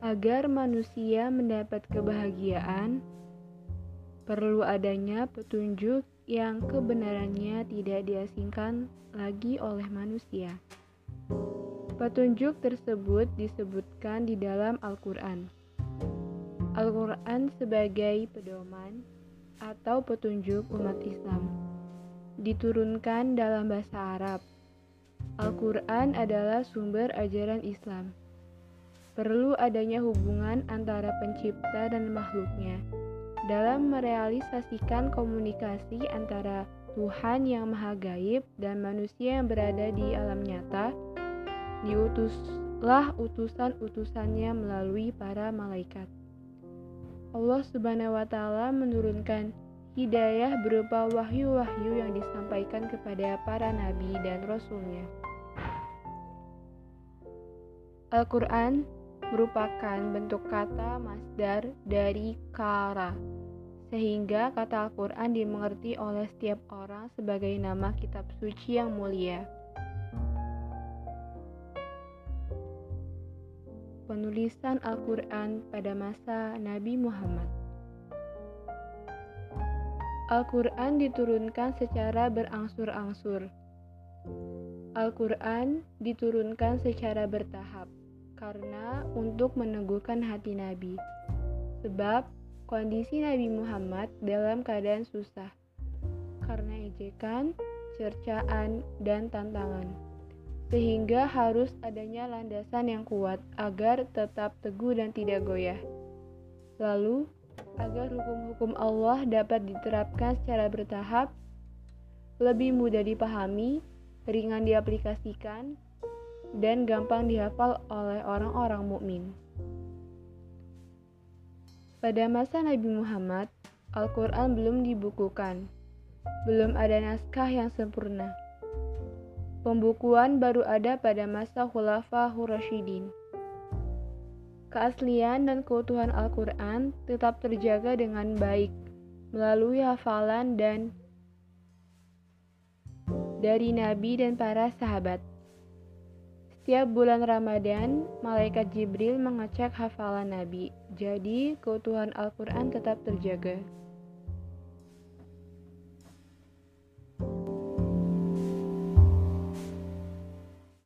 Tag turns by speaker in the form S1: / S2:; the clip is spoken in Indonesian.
S1: Agar manusia mendapat kebahagiaan, perlu adanya petunjuk yang kebenarannya tidak diasingkan lagi oleh manusia. Petunjuk tersebut disebutkan di dalam Al-Quran. Al-Quran sebagai pedoman atau petunjuk umat Islam diturunkan dalam bahasa Arab. Al-Quran adalah sumber ajaran Islam. Perlu adanya hubungan antara pencipta dan makhluknya dalam merealisasikan komunikasi antara Tuhan yang Maha Gaib dan manusia yang berada di alam nyata. Diutuslah utusan-utusannya melalui para malaikat. Allah Subhanahu wa Ta'ala menurunkan hidayah berupa wahyu-wahyu yang disampaikan kepada para nabi dan rasulnya. Al-Quran merupakan bentuk kata masdar dari qara, sehingga kata Al-Quran dimengerti oleh setiap orang sebagai nama kitab suci yang mulia. Penulisan Al-Quran pada masa Nabi Muhammad. Al-Quran diturunkan secara berangsur-angsur. Al-Quran diturunkan secara bertahap karena untuk meneguhkan hati Nabi. Sebab kondisi Nabi Muhammad dalam keadaan susah karena ejekan, cercaan, dan tantangan. Sehingga harus adanya landasan yang kuat agar tetap teguh dan tidak goyah. Lalu, agar hukum-hukum Allah dapat diterapkan secara bertahap, lebih mudah dipahami, ringan diaplikasikan, dan gampang dihafal oleh orang-orang mukmin. Pada masa Nabi Muhammad, Al-Quran belum dibukukan, belum ada naskah yang sempurna. Pembukuan baru ada pada masa Khulafaur Rasyidin. Keaslian dan keutuhan Al-Quran tetap terjaga dengan baik melalui hafalan dan dari Nabi dan para sahabat. Setiap bulan Ramadan, malaikat Jibril mengecek hafalan Nabi, jadi keutuhan Al-Quran tetap terjaga.